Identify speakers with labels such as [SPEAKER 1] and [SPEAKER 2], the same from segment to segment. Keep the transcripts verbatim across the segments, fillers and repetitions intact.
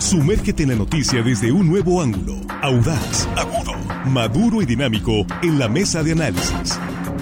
[SPEAKER 1] Sumérgete en la noticia desde un nuevo ángulo, audaz, agudo, maduro y dinámico en la mesa de análisis.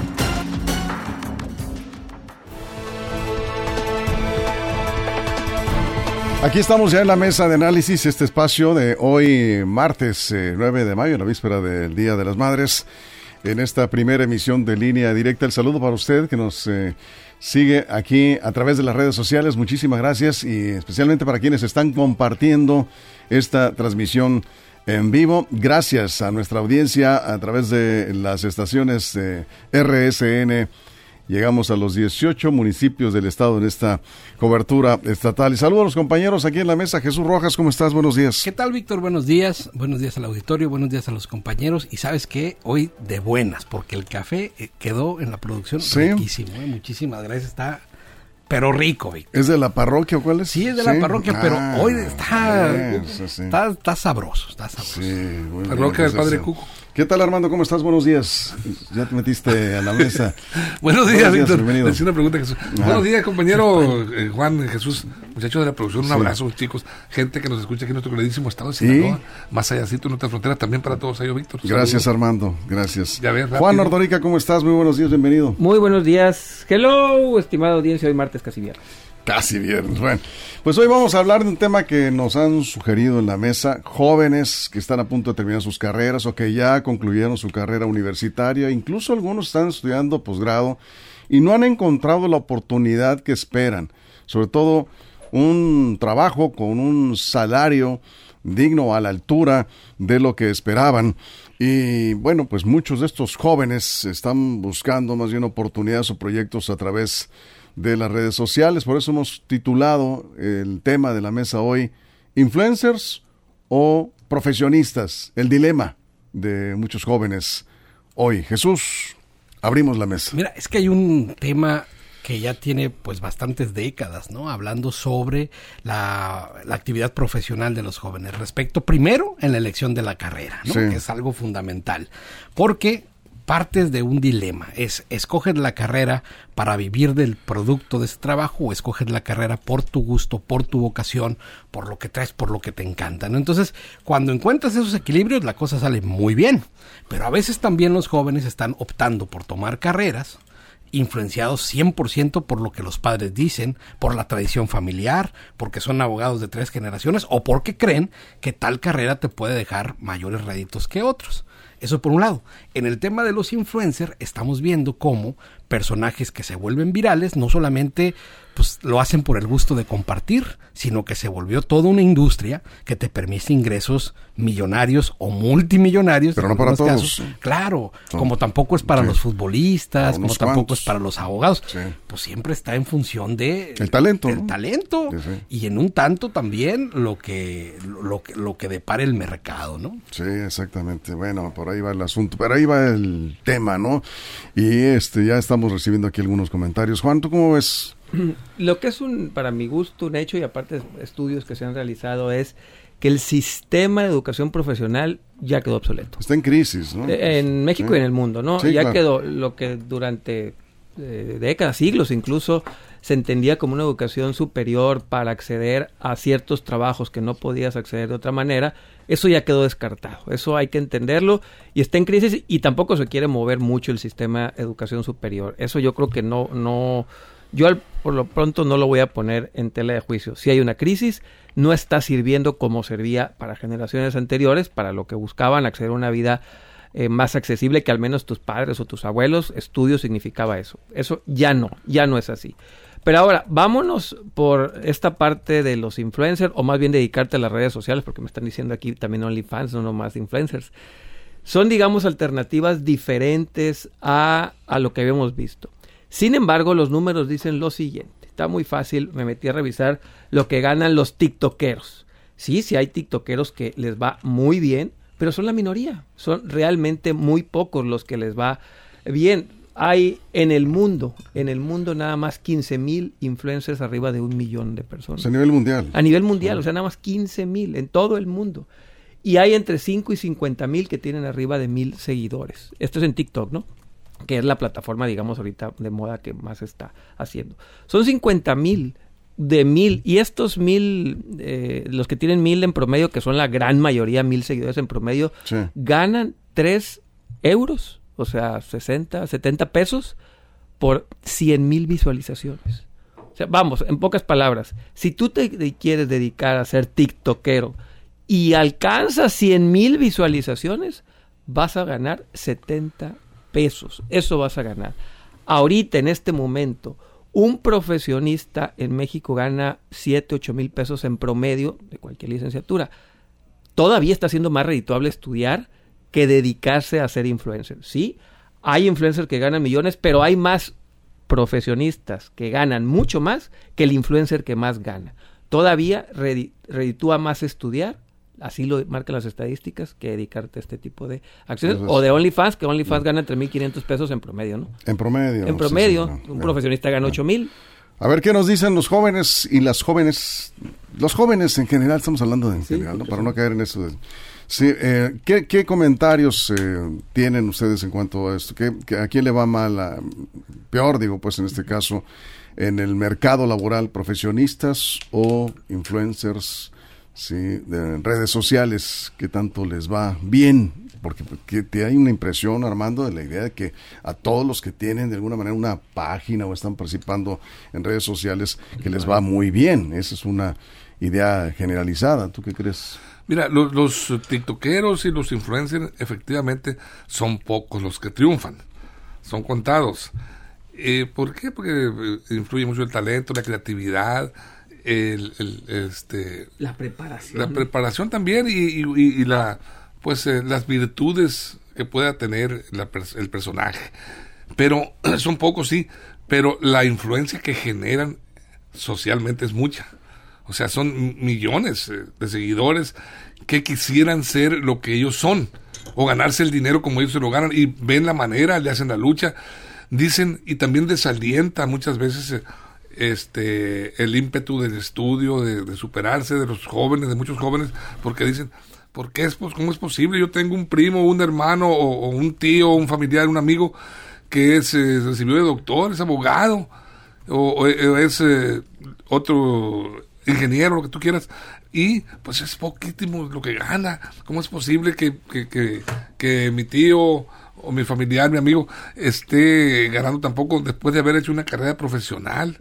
[SPEAKER 2] Aquí estamos ya en la mesa de análisis, este espacio de hoy, martes eh, nueve de mayo, en la víspera del Día de las Madres, en esta primera emisión de Línea Directa. El saludo para usted que nos eh, sigue aquí a través de las redes sociales. Muchísimas gracias, y especialmente para quienes están compartiendo esta transmisión en vivo. Gracias a nuestra audiencia a través de las estaciones de R S N. Llegamos a los dieciocho municipios del estado en esta cobertura estatal. Y saludo a los compañeros aquí en la mesa. Jesús Rojas, ¿cómo estás? Buenos días.
[SPEAKER 3] ¿Qué tal, Víctor? Buenos días. Buenos días al auditorio, buenos días a los compañeros. Y ¿sabes qué? Hoy de buenas, porque el café quedó en la producción ¿Sí? riquísimo. ¿eh? Muchísimas gracias. Está pero rico, Víctor.
[SPEAKER 2] ¿Es de la parroquia o cuál es?
[SPEAKER 3] Sí, es de ¿Sí? la parroquia, ah, pero hoy está, sí, sí. está está sabroso, está sabroso.
[SPEAKER 2] Sí, bueno,
[SPEAKER 4] parroquia del Padre Cuco.
[SPEAKER 2] ¿Qué tal, Armando? ¿Cómo estás? Buenos días. Ya te metiste a la mesa.
[SPEAKER 4] Buenos días, Víctor. Bienvenido. Es una pregunta, Jesús. Ajá. Buenos días, compañero eh, Juan, Jesús, muchachos de la producción. Un sí. abrazo, chicos. Gente que nos escucha aquí en nuestro queridísimo estado de Sinaloa. ¿Sí? Más allácito en nuestras fronteras, también para todos ellos, Víctor.
[SPEAKER 2] Gracias, saludos. Armando. Gracias.
[SPEAKER 4] Ya ves,
[SPEAKER 2] Juan Ordorica, ¿cómo estás? Muy buenos días, bienvenido.
[SPEAKER 5] Muy buenos días. Hello, estimada audiencia. Hoy martes, casi viernes.
[SPEAKER 2] Casi viernes. Bueno, pues hoy vamos a hablar de un tema que nos han sugerido en la mesa. Jóvenes que están a punto de terminar sus carreras o que ya concluyeron su carrera universitaria. Incluso algunos están estudiando posgrado y no han encontrado la oportunidad que esperan. Sobre todo un trabajo con un salario digno, a la altura de lo que esperaban. Y bueno, pues muchos de estos jóvenes están buscando más bien oportunidades o proyectos a través de las redes sociales. Por eso hemos titulado el tema de la mesa hoy, ¿influencers o profesionistas? El dilema de muchos jóvenes hoy. Jesús, abrimos la mesa.
[SPEAKER 3] Mira, es que hay un tema que ya tiene pues bastantes décadas, ¿no? Hablando sobre la, la actividad profesional de los jóvenes. Respecto primero en la elección de la carrera, ¿no? Sí. Que es algo fundamental. Porque partes de un dilema, es escoger la carrera para vivir del producto de ese trabajo o escoger la carrera por tu gusto, por tu vocación, por lo que traes, por lo que te encanta, ¿no? Entonces, cuando encuentras esos equilibrios, la cosa sale muy bien, pero a veces también los jóvenes están optando por tomar carreras influenciados cien por ciento por lo que los padres dicen, por la tradición familiar, porque son abogados de tres generaciones o porque creen que tal carrera te puede dejar mayores réditos que otros. Eso por un lado. En el tema de los influencers estamos viendo cómo personajes que se vuelven virales no solamente pues lo hacen por el gusto de compartir, sino que se volvió toda una industria que te permite ingresos millonarios o multimillonarios.
[SPEAKER 2] Pero no para todos. Casos.
[SPEAKER 3] Claro, Son, como tampoco es para sí. los futbolistas, como tampoco cuantos. es para los abogados. Sí. Pues siempre está en función de
[SPEAKER 2] el talento.
[SPEAKER 3] El
[SPEAKER 2] ¿no?
[SPEAKER 3] talento. Sí, sí. Y en un tanto también lo que, lo que, lo que depara el mercado, ¿no?
[SPEAKER 2] Sí, exactamente. Bueno, por ahí va el asunto. Pero ahí va el tema, ¿no? Y este ya estamos recibiendo aquí algunos comentarios. Juan, ¿tú cómo ves?
[SPEAKER 5] Lo que es un, para mi gusto, un hecho, y aparte estudios que se han realizado, es que el sistema de educación profesional ya quedó obsoleto.
[SPEAKER 2] Está en crisis, ¿no?
[SPEAKER 5] En México sí. y en el mundo, ¿no?
[SPEAKER 2] Sí,
[SPEAKER 5] ya
[SPEAKER 2] claro.
[SPEAKER 5] quedó lo que durante eh, décadas, siglos incluso, se entendía como una educación superior para acceder a ciertos trabajos que no podías acceder de otra manera. Eso ya quedó descartado, eso hay que entenderlo y está en crisis y tampoco se quiere mover mucho el sistema de educación superior. Eso yo creo que no, no, yo al, por lo pronto no lo voy a poner en tela de juicio. Si hay una crisis, no está sirviendo como servía para generaciones anteriores, para lo que buscaban, acceder a una vida eh, más accesible que al menos tus padres o tus abuelos. Estudio significaba eso. Eso ya no, ya no es así. Pero ahora, vámonos por esta parte de los influencers, o más bien dedicarte a las redes sociales, porque me están diciendo aquí también OnlyFans, no nomás influencers. Son, digamos, alternativas diferentes a, a lo que habíamos visto. Sin embargo, los números dicen lo siguiente. Está muy fácil, me metí a revisar lo que ganan los tiktokeros. Sí, sí hay tiktokeros que les va muy bien, pero son la minoría. Son realmente muy pocos los que les va bien. Hay en el mundo, en el mundo nada más quince mil influencers arriba de un millón de personas.
[SPEAKER 2] O sea, a nivel mundial.
[SPEAKER 5] A nivel mundial, uh-huh. o sea, nada más quince mil en todo el mundo. Y hay entre cinco y cincuenta mil que tienen arriba de mil seguidores. Esto es en TikTok, ¿no? Que es la plataforma, digamos, ahorita de moda que más está haciendo. Son cincuenta mil de mil, y estos mil, eh, los que tienen mil en promedio, que son la gran mayoría, mil seguidores en promedio, sí. ganan tres euros, o sea, sesenta, setenta pesos por cien mil visualizaciones. O sea, vamos, en pocas palabras, si tú te, te quieres dedicar a ser tiktokero y alcanzas cien mil visualizaciones, vas a ganar setenta pesos. Eso vas a ganar. Ahorita, en este momento, un profesionista en México gana siete, ocho mil pesos en promedio de cualquier licenciatura. Todavía está siendo más redituable estudiar que dedicarse a ser influencer. Sí, hay influencers que ganan millones, pero hay más profesionistas que ganan mucho más que el influencer que más gana. Todavía reditúa más estudiar, así lo marcan las estadísticas, que dedicarte a este tipo de acciones. Entonces, o de OnlyFans, que OnlyFans no. gana tres mil quinientos pesos en promedio, ¿no?
[SPEAKER 2] En promedio.
[SPEAKER 5] En promedio, sí, sí, no. un profesionista gana ocho mil.
[SPEAKER 2] A ver, ¿qué nos dicen los jóvenes y las jóvenes? Los jóvenes en general, estamos hablando de en sí, general, ¿no? Para sí. no caer en eso de... Sí, eh, ¿qué, ¿qué comentarios eh, tienen ustedes en cuanto a esto? ¿Qué, qué, ¿A quién le va mal? A, peor, digo, pues en este caso, en el mercado laboral, profesionistas o influencers, sí, de redes sociales, ¿qué tanto les va bien? Porque, porque te hay una impresión, Armando, de la idea de que a todos los que tienen de alguna manera una página o están participando en redes sociales, que les va muy bien. Esa es una idea generalizada. ¿Tú qué crees?
[SPEAKER 4] Mira, los, los tiktokeros y los influencers efectivamente son pocos los que triunfan, son contados. Eh, ¿Por qué? Porque influye mucho el talento, la creatividad, el, el, este,
[SPEAKER 5] la preparación,
[SPEAKER 4] la preparación también y, y, y la, pues eh, las virtudes que pueda tener la, el personaje. Pero son pocos, sí, pero la influencia que generan socialmente es mucha. O sea, son millones de seguidores que quisieran ser lo que ellos son o ganarse el dinero como ellos se lo ganan y ven la manera, le hacen la lucha, dicen y también desalienta muchas veces este el ímpetu del estudio, de, de superarse de los jóvenes, de muchos jóvenes, porque dicen, ¿por qué es, ¿cómo es posible? Yo tengo un primo, un hermano o, o un tío, un familiar, un amigo que es, eh, recibió de doctor, es abogado o, o, o es eh, otro... ingeniero, lo que tú quieras, y pues es poquísimo lo que gana. ¿Cómo es posible que, que, que, que mi tío o mi familiar, mi amigo, esté ganando tan poco después de haber hecho una carrera profesional?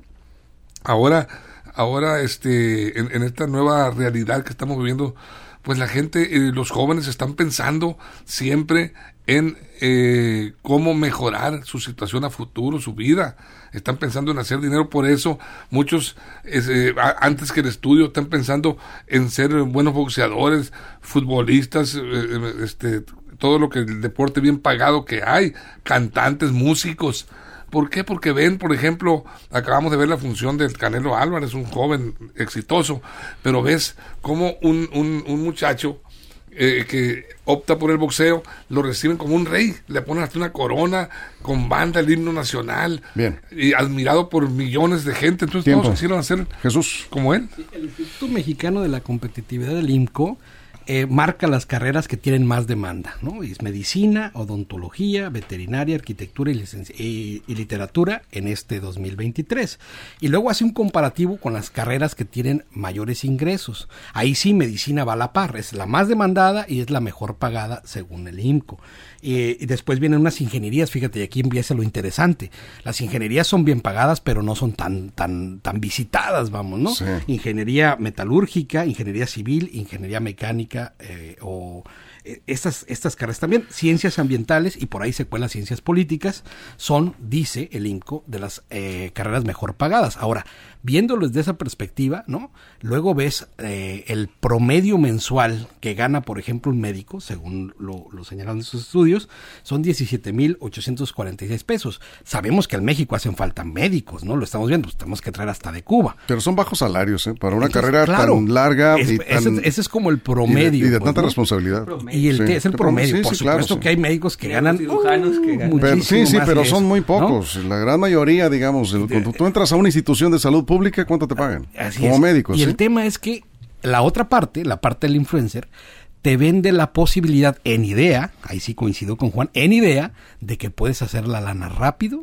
[SPEAKER 4] Ahora, ahora este, en, en esta nueva realidad que estamos viviendo, pues la gente, eh, los jóvenes están pensando siempre en eh, cómo mejorar su situación a futuro, su vida. Están pensando en hacer dinero, por eso muchos, eh, antes que el estudio, están pensando en ser buenos boxeadores, futbolistas, eh, este, todo lo que el deporte bien pagado que hay, cantantes, músicos. ¿Por qué? Porque ven, por ejemplo, acabamos de ver la función del Canelo Álvarez, un joven exitoso, pero ves cómo un, un, un muchacho eh, que opta por el boxeo, lo reciben como un rey, le ponen hasta una corona con banda, el himno nacional, bien, y admirado por millones de gente. Entonces Tiempo. todos quisieron hacer
[SPEAKER 2] Jesús
[SPEAKER 3] como él. El Instituto Mexicano de la Competitividad del I M C O Eh, marca las carreras que tienen más demanda, ¿no? Es medicina, odontología, veterinaria, arquitectura y, licenci- y, y literatura en este dos mil veintitrés. Y luego hace un comparativo con las carreras que tienen mayores ingresos. Ahí sí, medicina va a la par, es la más demandada y es la mejor pagada según el I M C O. Eh, y después vienen unas ingenierías, fíjate, y aquí empieza lo interesante. Las ingenierías son bien pagadas, pero no son tan tan tan visitadas, vamos, ¿no? Sí. Ingeniería metalúrgica, ingeniería civil, ingeniería mecánica, eh, o eh, estas, estas carreras también, ciencias ambientales, y por ahí se cuelan ciencias políticas, son, dice el I M C O, de las eh, carreras mejor pagadas. Ahora, viéndolo desde esa perspectiva, ¿no? Luego ves eh, el promedio mensual que gana, por ejemplo, un médico, según lo, lo señalan en sus estudios, son diecisiete mil ochocientos cuarenta y seis pesos. Sabemos que en México hacen falta médicos, ¿no? Lo estamos viendo, pues tenemos que traer hasta de Cuba.
[SPEAKER 2] Pero son bajos salarios, ¿eh? Para una Entonces, carrera claro, tan larga
[SPEAKER 3] es,
[SPEAKER 2] y tan...
[SPEAKER 3] Ese, ese es como el promedio.
[SPEAKER 2] Y de, y de
[SPEAKER 3] pues,
[SPEAKER 2] tanta
[SPEAKER 3] ¿no?
[SPEAKER 2] responsabilidad.
[SPEAKER 3] Y el, sí, es el promedio. Sí, por
[SPEAKER 2] sí,
[SPEAKER 3] supuesto
[SPEAKER 2] claro,
[SPEAKER 3] que
[SPEAKER 2] sí.
[SPEAKER 3] hay médicos que ganan...
[SPEAKER 5] cirujanos que ganan.
[SPEAKER 2] Pero, sí, sí, pero son
[SPEAKER 3] eso,
[SPEAKER 2] muy pocos. ¿no? La gran mayoría, digamos, el, cuando tú entras a una institución de salud pública, ¿cuánto te pagan?
[SPEAKER 3] Así
[SPEAKER 2] como
[SPEAKER 3] es.
[SPEAKER 2] médicos.
[SPEAKER 3] Y
[SPEAKER 2] ¿sí?
[SPEAKER 3] el tema es que la otra parte, la parte del influencer, te vende la posibilidad en idea, ahí sí coincido con Juan, en idea de que puedes hacer la lana rápido,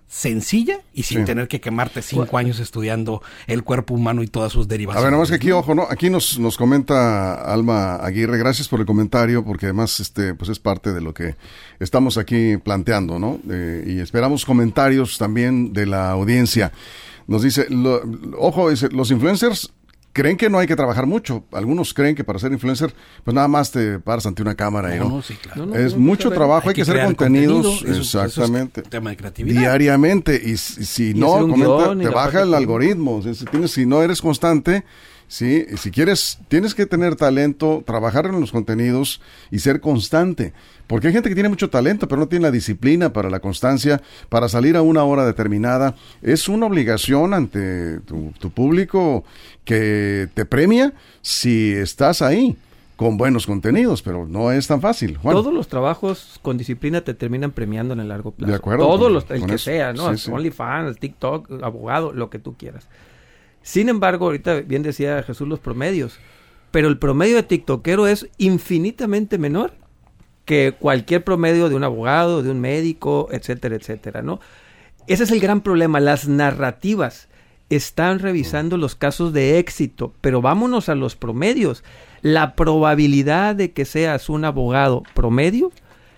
[SPEAKER 3] sencilla y sin sí. tener que quemarte cinco años estudiando el cuerpo humano y todas sus derivaciones.
[SPEAKER 2] A ver, nomás que aquí, ojo, ¿no? Aquí nos, nos comenta Alma Aguirre, gracias por el comentario, porque además este pues es parte de lo que estamos aquí planteando, ¿no? Eh, y esperamos comentarios también de la audiencia. Nos dice, lo, ojo, dice, los influencers creen que no hay que trabajar mucho. Algunos creen que para ser influencer, pues nada más te paras ante una cámara y no. no, no, sí, claro. no, no es no, mucho no, trabajo, hay, hay que, que hacer contenidos, contenido, exactamente,
[SPEAKER 3] eso es tema de creatividad.
[SPEAKER 2] Diariamente. Y si, si no, comenta, te baja el algoritmo. Si, tienes, si no eres constante, sí, si quieres, tienes que tener talento, trabajar en los contenidos y ser constante. Porque hay gente que tiene mucho talento, pero no tiene la disciplina para la constancia, para salir a una hora determinada. Es una obligación ante tu, tu público que te premia si estás ahí con buenos contenidos, pero no es tan fácil. Juan.
[SPEAKER 5] Todos los trabajos con disciplina te terminan premiando en el largo plazo.
[SPEAKER 2] De acuerdo.
[SPEAKER 5] Todos los, el que
[SPEAKER 2] eso.
[SPEAKER 5] sea, ¿no? Sí, sí. OnlyFans, TikTok, abogado, lo que tú quieras. Sin embargo, ahorita bien decía Jesús los promedios, pero el promedio de tiktokero es infinitamente menor que cualquier promedio de un abogado, de un médico, etcétera, etcétera, ¿no? Ese es el gran problema, las narrativas están revisando los casos de éxito, pero vámonos a los promedios. La probabilidad de que seas un abogado promedio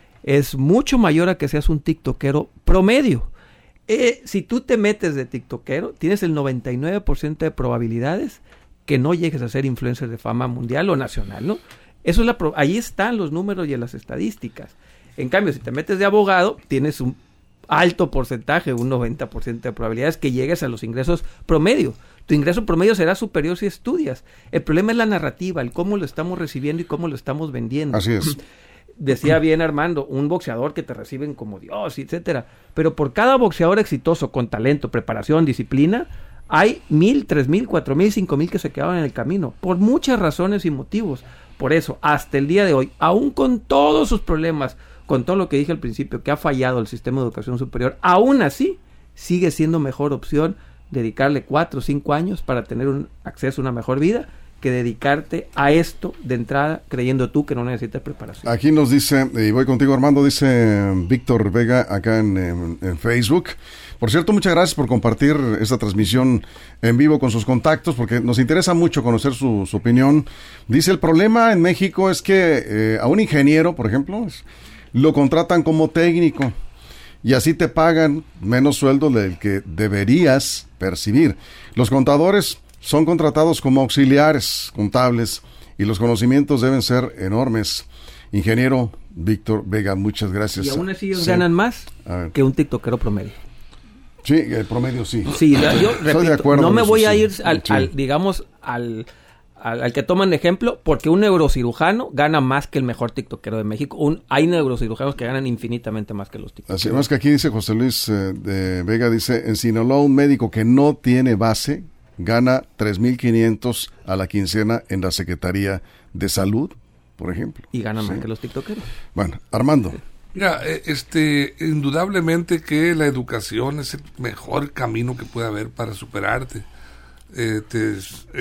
[SPEAKER 5] es mucho mayor a que seas un tiktokero promedio. Eh, si tú te metes de tiktokero, tienes el noventa y nueve por ciento de probabilidades que no llegues a ser influencer de fama mundial o nacional, ¿no? Eso es la pro- ahí están los números y las estadísticas. En cambio, si te metes de abogado, tienes un alto porcentaje, un noventa por ciento de probabilidades que llegues a los ingresos promedio. Tu ingreso promedio será superior si estudias. El problema es la narrativa, el cómo lo estamos recibiendo y cómo lo estamos vendiendo.
[SPEAKER 2] Así es.
[SPEAKER 5] Decía bien Armando, un boxeador que te reciben como Dios, etcétera. Pero por cada boxeador exitoso con talento, preparación, disciplina, hay mil, tres mil, cuatro mil, cinco mil que se quedaban en el camino, por muchas razones y motivos. Por eso, hasta el día de hoy, aún con todos sus problemas, con todo lo que dije al principio, que ha fallado el sistema de educación superior, aún así, sigue siendo mejor opción dedicarle cuatro o cinco años para tener un acceso a una mejor vida, que dedicarte a esto de entrada, creyendo tú que no necesitas preparación.
[SPEAKER 2] Aquí nos dice, y voy contigo Armando, dice Víctor Vega acá en, en, en Facebook. Por cierto, muchas gracias por compartir esta transmisión en vivo con sus contactos, porque nos interesa mucho conocer su, su opinión. Dice, el problema en México es que eh, a un ingeniero, por ejemplo, lo contratan como técnico y así te pagan menos sueldo del que deberías percibir. Los contadores son contratados como auxiliares contables y los conocimientos deben ser enormes. Ingeniero Víctor Vega, muchas gracias.
[SPEAKER 5] Y aún así ellos sí. ganan más que un tiktokero promedio.
[SPEAKER 2] Sí, el promedio sí.
[SPEAKER 5] Sí, yo repito,
[SPEAKER 2] de acuerdo
[SPEAKER 5] no me
[SPEAKER 2] eso,
[SPEAKER 5] voy a
[SPEAKER 2] sí.
[SPEAKER 5] ir al,
[SPEAKER 2] sí.
[SPEAKER 5] al digamos, al, al, al que toman ejemplo, porque un neurocirujano gana más que el mejor tiktokero de México. Un, hay neurocirujanos que ganan infinitamente más que los tiktokeros.
[SPEAKER 2] Así más que aquí dice José Luis eh, de Vega, dice, en Sinaloa un médico que no tiene base gana tres mil quinientos a la quincena en la Secretaría de Salud, por ejemplo.
[SPEAKER 5] Y gana
[SPEAKER 2] sí.
[SPEAKER 5] más que los tiktokeros.
[SPEAKER 2] Bueno, Armando. Sí.
[SPEAKER 4] Mira, este, indudablemente que la educación es el mejor camino que puede haber para superarte. Eh, te,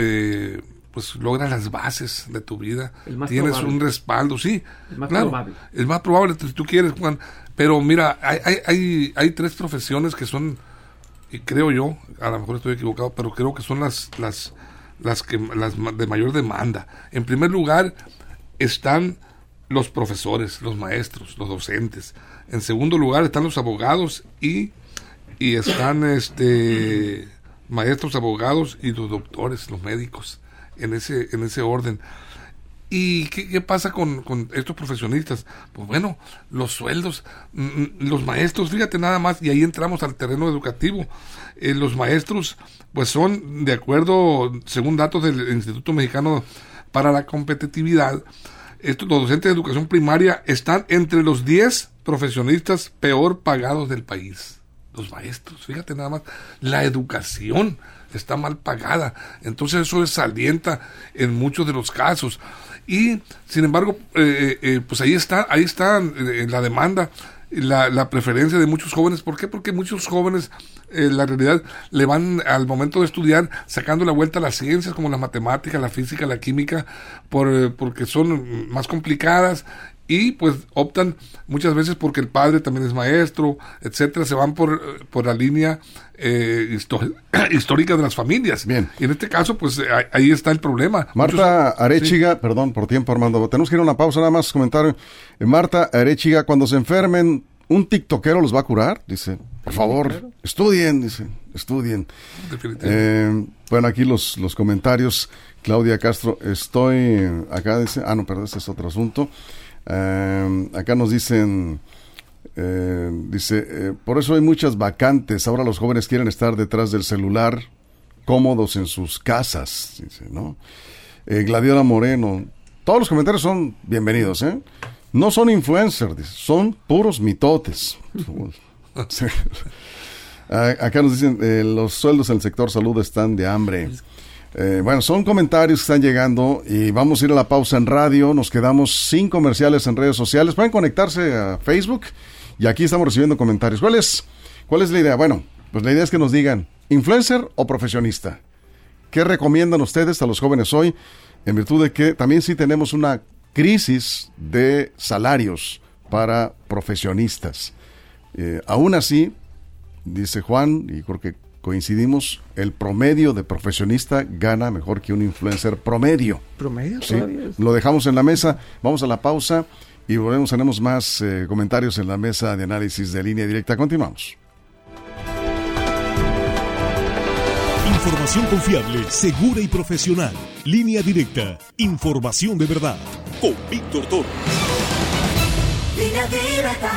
[SPEAKER 4] eh, pues logras las bases de tu vida. Tienes probable. un respaldo, sí.
[SPEAKER 5] El más
[SPEAKER 4] claro,
[SPEAKER 5] probable.
[SPEAKER 4] El más probable, si tú quieres, Juan. Pero mira, hay, hay, hay, hay tres profesiones que son, y creo yo, a lo mejor estoy equivocado, pero creo que son las, las, las que, las de mayor demanda. En primer lugar, están los profesores, los maestros, los docentes. En segundo lugar están los abogados y, y están este maestros, abogados y los doctores, los médicos, en ese, en ese orden. ¿Y qué, qué pasa con, con estos profesionistas? Pues bueno, los sueldos, mm, los maestros, fíjate nada más, y ahí entramos al terreno educativo. Eh, los maestros, pues son, de acuerdo, según datos del Instituto Mexicano para la Competitividad, estos, los docentes de educación primaria están entre los diez profesionistas peor pagados del país. Los maestros, fíjate nada más, la educación está mal pagada, entonces eso desalienta en muchos de los casos. Y sin embargo, eh, eh, pues ahí está, ahí está eh, la demanda, la, la preferencia de muchos jóvenes. ¿Por qué? Porque muchos jóvenes, eh, la realidad, le van al momento de estudiar sacando la vuelta a las ciencias como la matemática, la física, la química, por, eh, porque son más complicadas y pues optan muchas veces porque el padre también es maestro, etcétera, se van por, por la línea eh, histori- histórica de las familias.
[SPEAKER 2] Bien.
[SPEAKER 4] Y en este caso, pues ahí, ahí está el problema.
[SPEAKER 2] Marta
[SPEAKER 4] Muchos,
[SPEAKER 2] Arechiga, sí. Perdón por tiempo, Armando, tenemos que ir a una pausa, nada más comentario. Eh, Marta Arechiga, cuando se enfermen, ¿un tiktokero los va a curar? Dice, por favor, claro. estudien, dice, estudien. Eh, bueno, aquí los, los comentarios. Claudia Castro, estoy acá, dice, ah, no, perdón, este es otro asunto. Eh, acá nos dicen, eh, dice, eh, por eso hay muchas vacantes. Ahora los jóvenes quieren estar detrás del celular, cómodos en sus casas, dice, ¿no? Eh, Gladiola Moreno, todos los comentarios son bienvenidos, ¿eh? No son influencers, dice, son puros mitotes. Sí. Acá nos dicen, eh, los sueldos en el sector salud están de hambre. Eh, bueno, son comentarios que están llegando y vamos a ir a la pausa en radio. Nos quedamos sin comerciales en redes sociales. Pueden conectarse a Facebook y aquí estamos recibiendo comentarios. ¿Cuál es, cuál es la idea? Bueno, pues la idea es que nos digan, ¿influencer o profesionista? ¿Qué recomiendan ustedes a los jóvenes hoy? En virtud de que también sí tenemos una crisis de salarios para profesionistas. Eh, aún así, dice Juan, y creo que coincidimos, el promedio de profesionista gana mejor que un influencer promedio.
[SPEAKER 5] ¿Promedio?
[SPEAKER 2] ¿Sí? Lo dejamos en la mesa, vamos a la pausa y volvemos, tenemos más eh, comentarios en la mesa de análisis de Línea Directa. Continuamos.
[SPEAKER 1] Información confiable, segura y profesional. Línea Directa, información de verdad. Con Víctor Torres.
[SPEAKER 6] Línea Directa.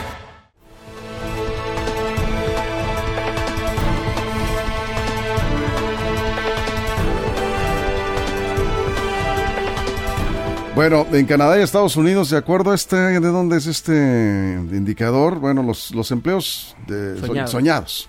[SPEAKER 2] Bueno, en Canadá y Estados Unidos, de acuerdo a este, ¿de dónde es este indicador? Bueno, los, los empleos de, Soñado. soñados.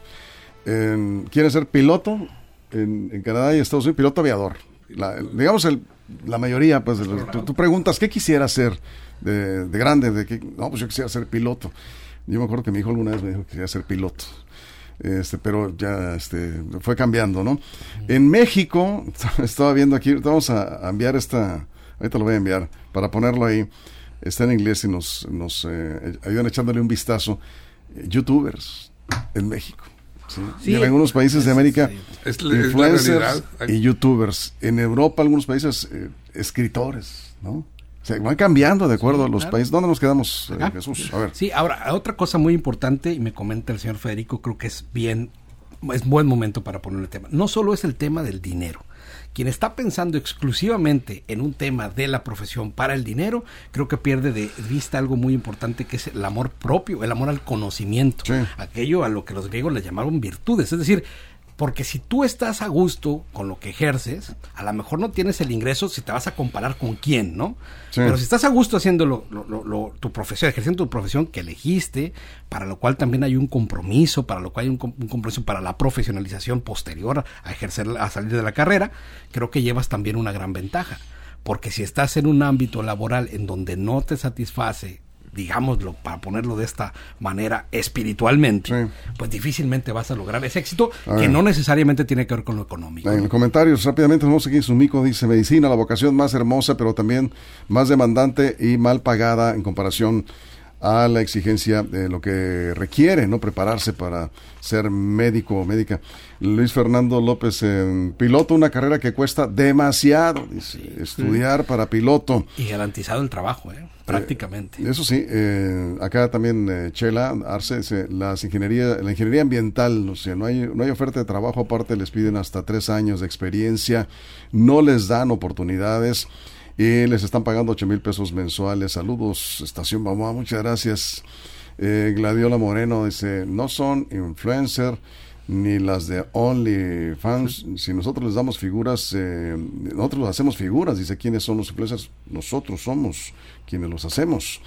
[SPEAKER 2] Eh, ¿Quieren ser piloto? En, en Canadá y Estados Unidos, piloto aviador. La, digamos, el, la mayoría, pues, tú, tú preguntas, ¿qué quisiera ser de, de grande? De que, no, pues yo quisiera ser piloto. Yo me acuerdo que mi hijo alguna vez me dijo que quería ser piloto. Este, pero ya este, fue cambiando, ¿no? En México, estaba viendo aquí, vamos a enviar esta... Ahorita lo voy a enviar para ponerlo ahí. Está en inglés y nos, nos eh, ayudan echándole un vistazo. Eh, YouTubers en México. ¿Sí? Sí. Y en algunos países de América, sí. es, influencers es y YouTubers. En Europa, algunos países, eh, escritores, ¿no? O sea, van cambiando de acuerdo sí, a los claro. países. ¿Dónde nos quedamos, eh, Jesús? A ver.
[SPEAKER 3] Sí, ahora, otra cosa muy importante, y me comenta el señor Federico, creo que es bien, es buen momento para poner el tema. No solo es el tema del dinero. Quien está pensando exclusivamente en un tema de la profesión para el dinero, creo que pierde de vista algo muy importante, que es el amor propio, el amor al conocimiento, sí. aquello a lo que los griegos le llamaron virtudes, es decir, porque si tú estás a gusto con lo que ejerces, a lo mejor no tienes el ingreso si te vas a comparar con quién, ¿no? Sí. Pero si estás a gusto haciendo lo, lo, lo, lo, tu profesión, ejerciendo tu profesión que elegiste, para lo cual también hay un compromiso, para lo cual hay un, un compromiso para la profesionalización posterior a ejercer, a salir de la carrera, creo que llevas también una gran ventaja. Porque si estás en un ámbito laboral en donde no te satisface, digámoslo, para ponerlo de esta manera, espiritualmente, sí. pues difícilmente vas a lograr ese éxito que no necesariamente tiene que ver con lo económico.
[SPEAKER 2] En los comentarios, rápidamente, vamos aquí, Sumico dice, medicina, la vocación más hermosa, pero también más demandante y mal pagada en comparación a la exigencia de lo que requiere, ¿no? Prepararse para ser médico o médica. Luis Fernando López, eh, piloto, una carrera que cuesta demasiado, dice, sí, estudiar sí. para piloto.
[SPEAKER 3] Y garantizado el trabajo, ¿eh? Prácticamente.
[SPEAKER 2] Eh, eso sí, eh, acá también eh, Chela Arce dice, las ingeniería, la ingeniería ambiental, o sea, no hay, no hay oferta de trabajo, aparte les piden hasta tres años de experiencia, no les dan oportunidades. Y les están pagando ocho mil pesos mensuales. Saludos, Estación Mamá, muchas gracias. Eh, Gladiola Moreno dice, no son influencer ni las de OnlyFans. Si nosotros les damos figuras, eh, nosotros hacemos figuras. Dice, ¿quiénes son los influencers? Nosotros somos quienes los hacemos.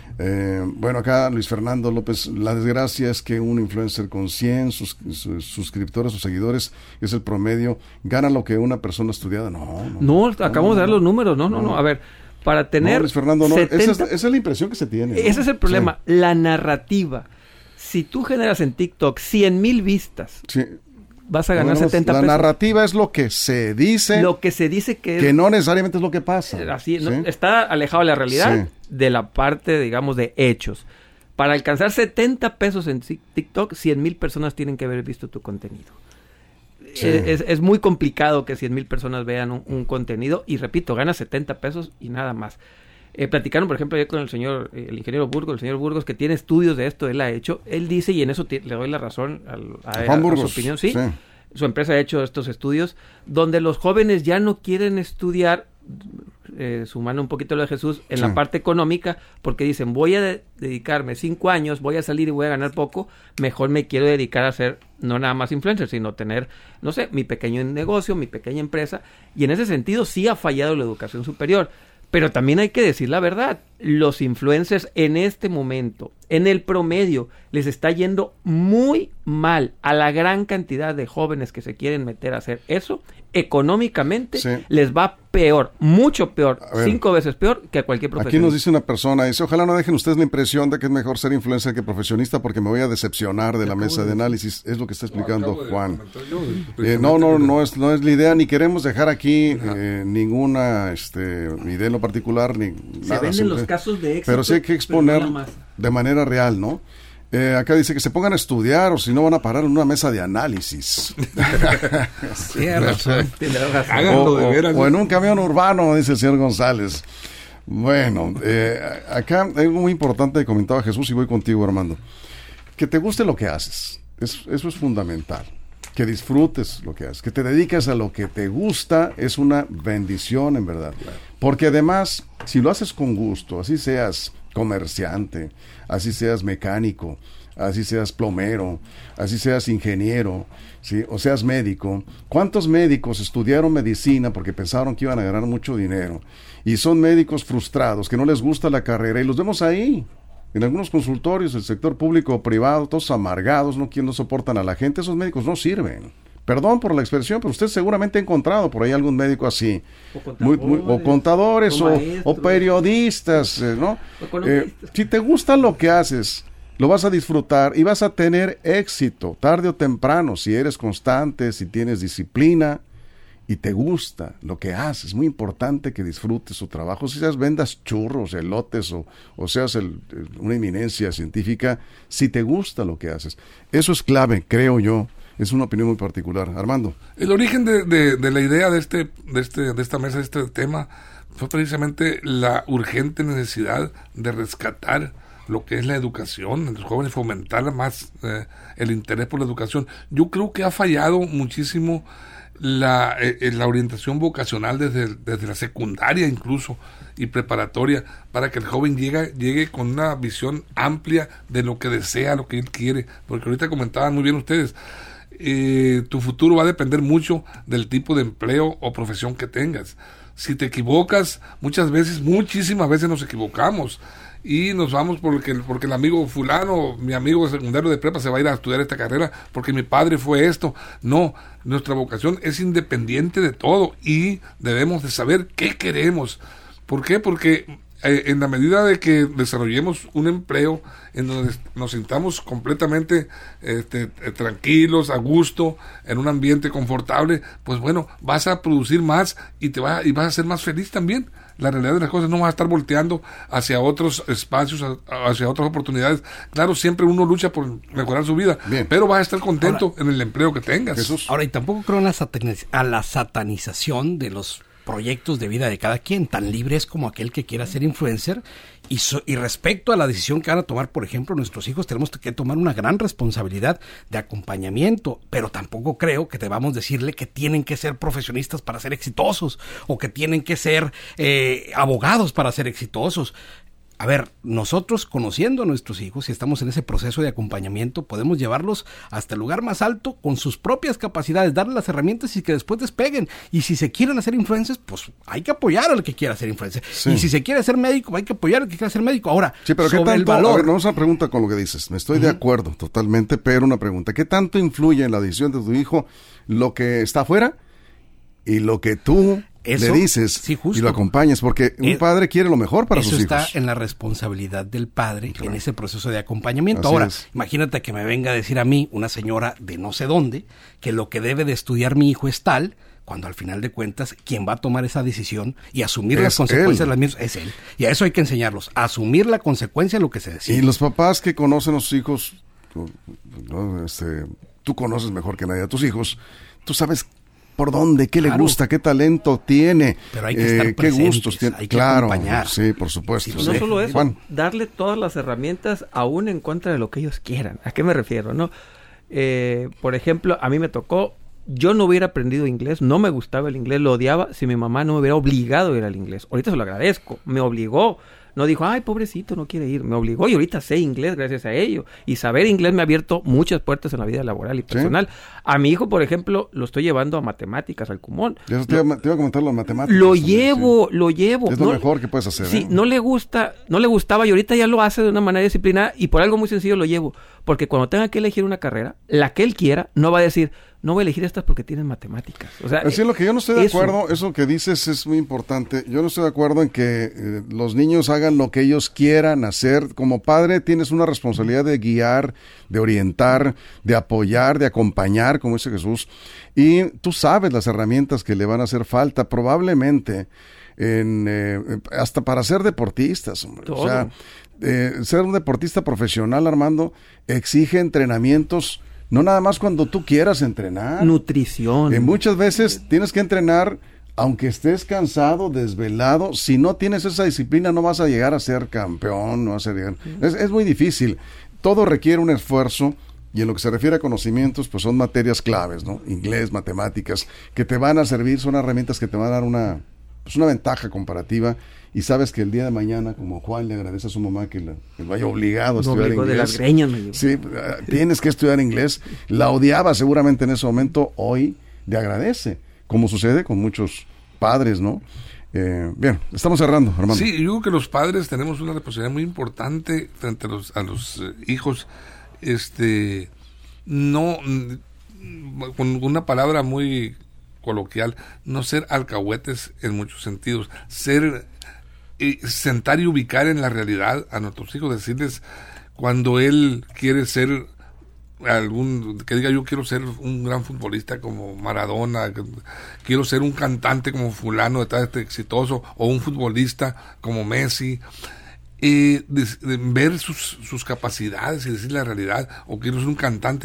[SPEAKER 2] Eh, bueno, acá Luis Fernando López, la desgracia es que un influencer con cien sus, sus, suscriptores o seguidores, es el promedio, gana lo que una persona estudiada. No, no,
[SPEAKER 5] no acabamos no, de dar los números, no, no, no, no. A ver, para tener...
[SPEAKER 2] No, Luis Fernando, no, setenta... esa, es, esa es la impresión que se tiene. ¿No?
[SPEAKER 5] Ese es el problema, sí. La narrativa. Si tú generas en TikTok cien mil vistas,
[SPEAKER 2] sí.
[SPEAKER 5] vas a ganar
[SPEAKER 2] bueno,
[SPEAKER 5] setenta
[SPEAKER 2] la
[SPEAKER 5] pesos.
[SPEAKER 2] La narrativa es lo que se dice.
[SPEAKER 5] Lo que se dice que es...
[SPEAKER 2] Que no necesariamente es lo que pasa.
[SPEAKER 5] Así,
[SPEAKER 2] ¿sí?
[SPEAKER 5] ¿no? Está alejado de la realidad, sí. de la parte, digamos, de hechos. Para alcanzar setenta pesos en TikTok, cien mil personas tienen que haber visto tu contenido. Sí. Es, es muy complicado que cien mil personas vean un, un contenido y, repito, gana setenta pesos y nada más. Eh, platicaron, por ejemplo, ayer con el señor, eh, el ingeniero Burgos, el señor Burgos, que tiene estudios de esto, él ha hecho, él dice, y en eso t- le doy la razón al, a,
[SPEAKER 2] Juan
[SPEAKER 5] a,
[SPEAKER 2] Burgos,
[SPEAKER 5] a su opinión, ¿sí?
[SPEAKER 2] sí.
[SPEAKER 5] Su empresa ha hecho estos estudios donde los jóvenes ya no quieren estudiar, eh, sumando un poquito lo de Jesús, en sí. la parte económica, porque dicen, voy a de- dedicarme cinco años, voy a salir y voy a ganar poco, mejor me quiero dedicar a ser no nada más influencer, sino tener, no sé, mi pequeño negocio, mi pequeña empresa, y en ese sentido sí ha fallado la educación superior. Pero también hay que decir la verdad, los influencers en este momento, en el promedio, les está yendo muy mal a la gran cantidad de jóvenes que se quieren meter a hacer eso. Económicamente sí. les va peor, mucho peor, cinco veces peor que a cualquier profesionista.
[SPEAKER 2] Aquí nos dice una persona, dice, ojalá no dejen ustedes la impresión de que es mejor ser influencer que profesionista porque me voy a decepcionar de la mesa de análisis, es lo que está explicando no, Juan. Eh, no, no, no es, no es la idea, ni queremos dejar aquí eh, ninguna este, idea en lo particular, ni
[SPEAKER 5] se
[SPEAKER 2] nada.
[SPEAKER 5] venden los casos de éxito,
[SPEAKER 2] pero sí hay que exponer
[SPEAKER 5] no
[SPEAKER 2] de manera real, ¿no? Eh, acá dice que se pongan a estudiar o si no van a parar en una mesa de análisis.
[SPEAKER 3] Sí, razón.
[SPEAKER 2] o, o, o en un camión urbano, dice el señor González. Bueno, eh, acá hay algo muy importante que comentaba Jesús y voy contigo, Armando. Que te guste lo que haces. Es, eso es fundamental. Que disfrutes lo que haces. Que te dediques a lo que te gusta es una bendición, en verdad. Porque además, si lo haces con gusto, así seas comerciante, así seas mecánico, así seas plomero, así seas ingeniero, ¿sí? O seas médico. ¿Cuántos médicos estudiaron medicina porque pensaron que iban a ganar mucho dinero? Y son médicos frustrados, que no les gusta la carrera, y los vemos ahí, en algunos consultorios del sector público o privado, todos amargados, no, quien no soportan a la gente. Esos médicos no sirven. Perdón por la expresión, pero usted seguramente ha encontrado por ahí algún médico así. O contadores, muy, muy, o, contadores o, o, o periodistas, eh, ¿no? Eh, si te gusta lo que haces, lo vas a disfrutar y vas a tener éxito, tarde o temprano, si eres constante, si tienes disciplina y te gusta lo que haces. Es muy importante que disfrutes su trabajo. Si seas vendas churros, elotes o, o seas el, el, una eminencia científica, si te gusta lo que haces. Eso es clave, creo yo. Es una opinión muy particular. Armando.
[SPEAKER 4] El origen de, de, de la idea de este, de este, de esta mesa, de este tema, fue precisamente la urgente necesidad de rescatar lo que es la educación en los jóvenes, fomentar más eh, el interés por la educación. Yo creo que ha fallado muchísimo la, eh, la orientación vocacional desde, desde la secundaria incluso y preparatoria, para que el joven llegue, llegue con una visión amplia de lo que desea, lo que él quiere, porque ahorita comentaban muy bien ustedes, Eh, tu futuro va a depender mucho del tipo de empleo o profesión que tengas. Si te equivocas, muchas veces, muchísimas veces nos equivocamos y nos vamos porque, porque el amigo fulano, mi amigo secundario de prepa se va a ir a estudiar esta carrera porque mi padre fue esto. No, nuestra vocación es independiente de todo y debemos de saber qué queremos. ¿Por qué? Porque eh, en la medida de que desarrollemos un empleo en donde nos sintamos completamente este, eh, tranquilos, a gusto, en un ambiente confortable, pues bueno, vas a producir más y te va, y vas a ser más feliz también. La realidad de las cosas, no vas a estar volteando hacia otros espacios, hacia otras oportunidades. Claro, siempre uno lucha por mejorar su vida, bien, pero vas a estar contento ahora, en el empleo que tengas.
[SPEAKER 3] Jesús. Ahora, y tampoco creo en la sataniz- a la satanización de los proyectos de vida de cada quien, tan libre es como aquel que quiera ser influencer. Y, so, y respecto a la decisión que van a tomar, por ejemplo, nuestros hijos, tenemos que tomar una gran responsabilidad de acompañamiento, pero tampoco creo que debamos decirle que tienen que ser profesionistas para ser exitosos o que tienen que ser eh, abogados para ser exitosos. A ver, nosotros conociendo a nuestros hijos, si estamos en ese proceso de acompañamiento, podemos llevarlos hasta el lugar más alto con sus propias capacidades, darles las herramientas y que después despeguen. Y si se quieren hacer influencers, pues hay que apoyar al que quiera ser influencer. Sí. Y si se quiere ser médico, hay que apoyar al que quiera ser médico. Ahora,
[SPEAKER 2] sí, pero sobre ¿qué tanto, el valor... A ver, no es una pregunta con lo que dices. Me estoy uh-huh. de acuerdo totalmente, pero una pregunta. ¿Qué tanto influye en la decisión de tu hijo lo que está afuera y lo que tú
[SPEAKER 3] eso,
[SPEAKER 2] le dices
[SPEAKER 3] sí, justo,
[SPEAKER 2] y lo acompañas, porque un
[SPEAKER 3] eh,
[SPEAKER 2] padre quiere lo mejor para sus hijos.
[SPEAKER 3] Eso está en la responsabilidad del padre, claro, en ese proceso de acompañamiento.
[SPEAKER 2] Así
[SPEAKER 3] Ahora,
[SPEAKER 2] es.
[SPEAKER 3] imagínate que me venga a decir a mí, una señora de no sé dónde, que lo que debe de estudiar mi hijo es tal, cuando al final de cuentas quien va a tomar esa decisión y asumir
[SPEAKER 2] es
[SPEAKER 3] las consecuencias
[SPEAKER 2] él.
[SPEAKER 3] las mismas es él. Y a eso hay que enseñarlos, a asumir la consecuencia de lo que se decide.
[SPEAKER 2] Y los papás que conocen a sus hijos, ¿no? este, tú conoces mejor que nadie a tus hijos, tú sabes por dónde, qué
[SPEAKER 3] Claro.
[SPEAKER 2] le gusta, qué talento tiene,
[SPEAKER 3] Pero hay que estar
[SPEAKER 2] qué
[SPEAKER 3] presentes,
[SPEAKER 2] gustos tiene.
[SPEAKER 3] hay que
[SPEAKER 2] Claro,
[SPEAKER 3] acompañar.
[SPEAKER 2] sí, por supuesto.
[SPEAKER 3] Sí,
[SPEAKER 5] No
[SPEAKER 3] sí.
[SPEAKER 5] solo eso,
[SPEAKER 2] Juan.
[SPEAKER 5] darle todas las herramientas aún en contra de lo que ellos quieran. ¿A qué me refiero? No, eh, por ejemplo, a mí me tocó, yo no hubiera aprendido inglés, no me gustaba el inglés, lo odiaba si mi mamá no me hubiera obligado a ir al inglés. Ahorita se lo agradezco, me obligó. No dijo, ay, pobrecito, no quiere ir. Me obligó y ahorita sé inglés gracias a ello. Y saber inglés me ha abierto muchas puertas en la vida laboral y personal. ¿Sí? A mi hijo, por ejemplo, lo estoy llevando a matemáticas, al Kumon.
[SPEAKER 2] Eso te, iba, te iba a comentar las matemáticas.
[SPEAKER 5] Lo también, llevo, sí. lo llevo.
[SPEAKER 2] Es lo
[SPEAKER 5] no,
[SPEAKER 2] mejor que puedes hacer.
[SPEAKER 5] Sí,
[SPEAKER 2] ¿eh?
[SPEAKER 5] no le gusta, no le gustaba y ahorita ya lo hace de una manera disciplinada y por algo muy sencillo lo llevo. Porque cuando tenga que elegir una carrera, la que él quiera, no va a decir, no voy a elegir estas porque tienen matemáticas. O sea,
[SPEAKER 2] así es lo que yo no estoy de
[SPEAKER 5] eso.
[SPEAKER 2] acuerdo, eso que dices es muy importante. Yo no estoy de acuerdo en que eh, los niños hagan lo que ellos quieran hacer. Como padre tienes una responsabilidad de guiar, de orientar, de apoyar, de acompañar, como dice Jesús. Y tú sabes las herramientas que le van a hacer falta, probablemente, en, eh, hasta para ser deportistas. Hombre.
[SPEAKER 5] Todo.
[SPEAKER 2] O sea, eh, ser un deportista profesional, Armando, exige entrenamientos. No nada más cuando tú quieras entrenar.
[SPEAKER 5] Nutrición.
[SPEAKER 2] Eh, muchas veces tienes que entrenar aunque estés cansado, desvelado. Si no tienes esa disciplina no vas a llegar a ser campeón. No vas a llegar. Es, es muy difícil. Todo requiere un esfuerzo y en lo que se refiere a conocimientos, pues son materias claves, ¿no? Inglés, matemáticas, que te van a servir, son herramientas que te van a dar una, pues una ventaja comparativa. Y sabes que el día de mañana, como Juan le agradece a su mamá que, la, que lo haya obligado a estudiar inglés.
[SPEAKER 5] De las greñas, me dijo.
[SPEAKER 2] Sí, tienes que estudiar inglés. La odiaba seguramente en ese momento, hoy le agradece, como sucede con muchos padres, ¿no? Eh, bien, estamos cerrando, Armando.
[SPEAKER 4] Sí, yo creo que los padres tenemos una responsabilidad muy importante frente a los, a los eh, hijos. Este, no, con una palabra muy coloquial, no ser alcahuetes en muchos sentidos, ser... Y sentar y ubicar en la realidad a nuestros hijos, decirles cuando él quiere ser algún, que diga yo quiero ser un gran futbolista como Maradona, quiero ser un cantante como fulano de tal, este exitoso, o un futbolista como Messi, eh, de, de ver sus, sus capacidades y decir la realidad, o quiero ser un cantante,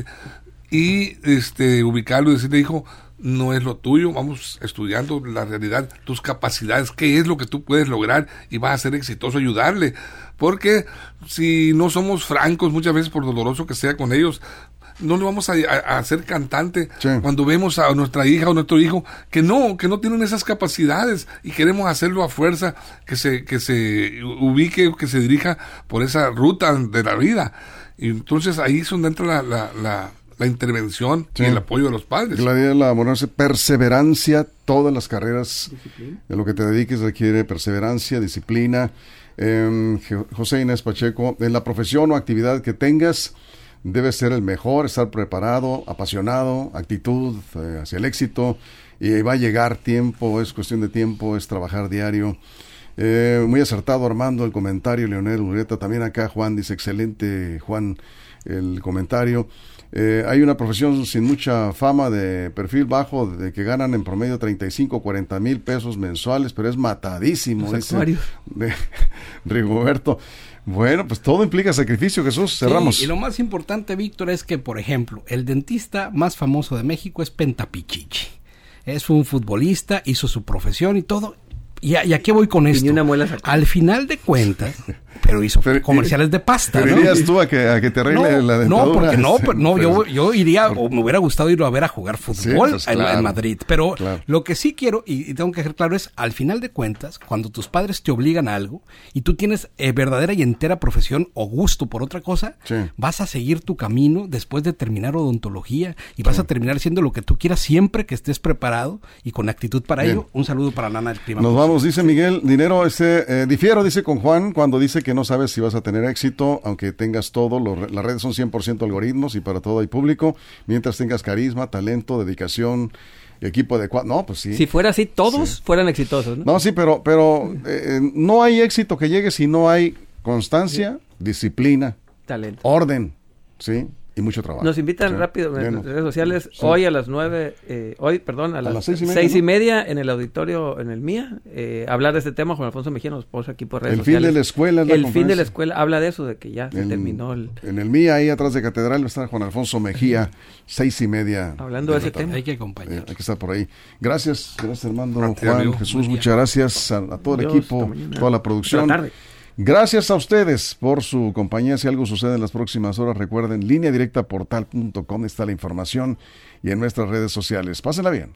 [SPEAKER 4] y este ubicarlo y decirle, hijo, no es lo tuyo, vamos estudiando la realidad, tus capacidades, qué es lo que tú puedes lograr y vas a ser exitoso, ayudarle, porque si no somos francos muchas veces, por doloroso que sea con ellos, no le vamos a, a, a hacer cantante. Sí. Cuando vemos a nuestra hija o nuestro hijo que no, que no tienen esas capacidades y queremos hacerlo a fuerza, que se, que se ubique, que se dirija por esa ruta de la vida, y entonces ahí es donde entra la, la, la la intervención, sí, y el apoyo de los padres.
[SPEAKER 2] La idea de la Morense, perseverancia, todas las carreras disciplina. De lo que te dediques requiere perseverancia, disciplina. Eh, José Inés Pacheco, en la profesión o actividad que tengas, debes ser el mejor, estar preparado, apasionado, actitud eh, hacia el éxito, y va a llegar tiempo, es cuestión de tiempo, es trabajar diario. Eh, muy acertado, Armando, el comentario. Leonel Ureta, también acá Juan dice, excelente, Juan, el comentario. Eh, hay una profesión sin mucha fama, de perfil bajo, de que ganan en promedio treinta y cinco, cuarenta mil pesos mensuales, pero es matadísimo, dice de, Rigoberto. Bueno, pues todo implica sacrificio, Jesús. Cerramos.
[SPEAKER 3] Sí, y lo más importante, Víctor, es que, por ejemplo, el dentista más famoso de México es Pentapichichi. Es un futbolista, hizo su profesión y todo. ¿Y a, y a qué voy con esto?
[SPEAKER 5] Una muela
[SPEAKER 3] Al final de cuentas, pero hizo pero, comerciales de pasta,
[SPEAKER 2] pero
[SPEAKER 3] ¿no?
[SPEAKER 2] irías tú a que, a que te arregle
[SPEAKER 3] no,
[SPEAKER 2] la dentadura.
[SPEAKER 3] No, porque no, pero, no yo, yo iría, o me hubiera gustado irlo a ver a jugar fútbol, sí, pues, en, claro, en Madrid. Pero claro, lo que sí quiero, y, y tengo que dejar claro, es, al final de cuentas, cuando tus padres te obligan a algo, y tú tienes eh, verdadera y entera profesión o gusto por otra cosa, sí, vas a seguir tu camino después de terminar odontología, y vas sí. a terminar siendo lo que tú quieras siempre que estés preparado y con actitud para Bien. ello. Un saludo para Nana del Clima.
[SPEAKER 2] Nos vamos, dice Miguel Dinero, ese, eh, difiero, dice con Juan, cuando dice que no sabes si vas a tener éxito, aunque tengas todo, lo, las redes son cien por ciento algoritmos y para todo hay público, mientras tengas carisma, talento, dedicación, equipo adecuado. No, pues sí.
[SPEAKER 5] Si fuera así, todos
[SPEAKER 2] sí.
[SPEAKER 5] fueran exitosos, ¿no?
[SPEAKER 2] No, sí, pero, pero eh, no hay éxito que llegue si no hay constancia, sí. disciplina,
[SPEAKER 5] talento,
[SPEAKER 2] orden, ¿sí? Y mucho trabajo.
[SPEAKER 5] Nos invitan
[SPEAKER 2] sí.
[SPEAKER 5] rápido en
[SPEAKER 2] Lleno.
[SPEAKER 5] las redes sociales, sí. hoy a las nueve, eh, hoy, perdón, a las,
[SPEAKER 2] a las seis y media,
[SPEAKER 5] seis
[SPEAKER 2] ¿no?
[SPEAKER 5] y media en el auditorio, en el M I A, eh, hablar de este tema. Juan Alfonso Mejía nos puso aquí por redes
[SPEAKER 2] el
[SPEAKER 5] sociales.
[SPEAKER 2] El fin de la escuela es la
[SPEAKER 5] El fin de la
[SPEAKER 2] conferencia.
[SPEAKER 5] escuela habla de eso, de que ya se
[SPEAKER 2] en,
[SPEAKER 5] terminó el...
[SPEAKER 2] En el M I A, ahí atrás de Catedral, está Juan Alfonso Mejía, seis y media.
[SPEAKER 5] Hablando de, de ese tema.
[SPEAKER 3] Hay que acompañar.
[SPEAKER 2] Eh, hay que estar por ahí. Gracias, gracias hermano
[SPEAKER 4] Gracias,
[SPEAKER 2] Juan,
[SPEAKER 4] amigo.
[SPEAKER 2] Jesús, muchas gracias a, a todo el
[SPEAKER 5] Dios,
[SPEAKER 2] equipo, toda la producción. Gracias a ustedes por su compañía. Si algo sucede en las próximas horas, recuerden, línea directa portal punto com está la información y en nuestras redes sociales. Pásenla bien.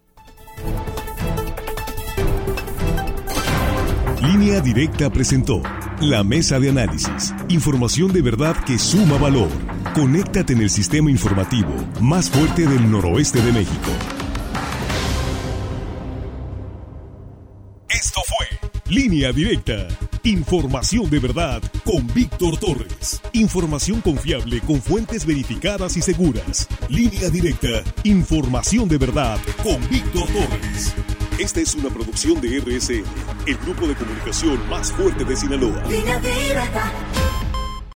[SPEAKER 1] Línea Directa presentó la mesa de análisis. Información de verdad que suma valor. Conéctate en el sistema informativo más fuerte del noroeste de México. Esto fue Línea Directa. Información de verdad con Víctor Torres. Información confiable con fuentes verificadas y seguras. Línea Directa. Información de verdad con Víctor Torres. Esta es una producción de R S N, el grupo de comunicación más fuerte de Sinaloa.
[SPEAKER 6] Línea Directa.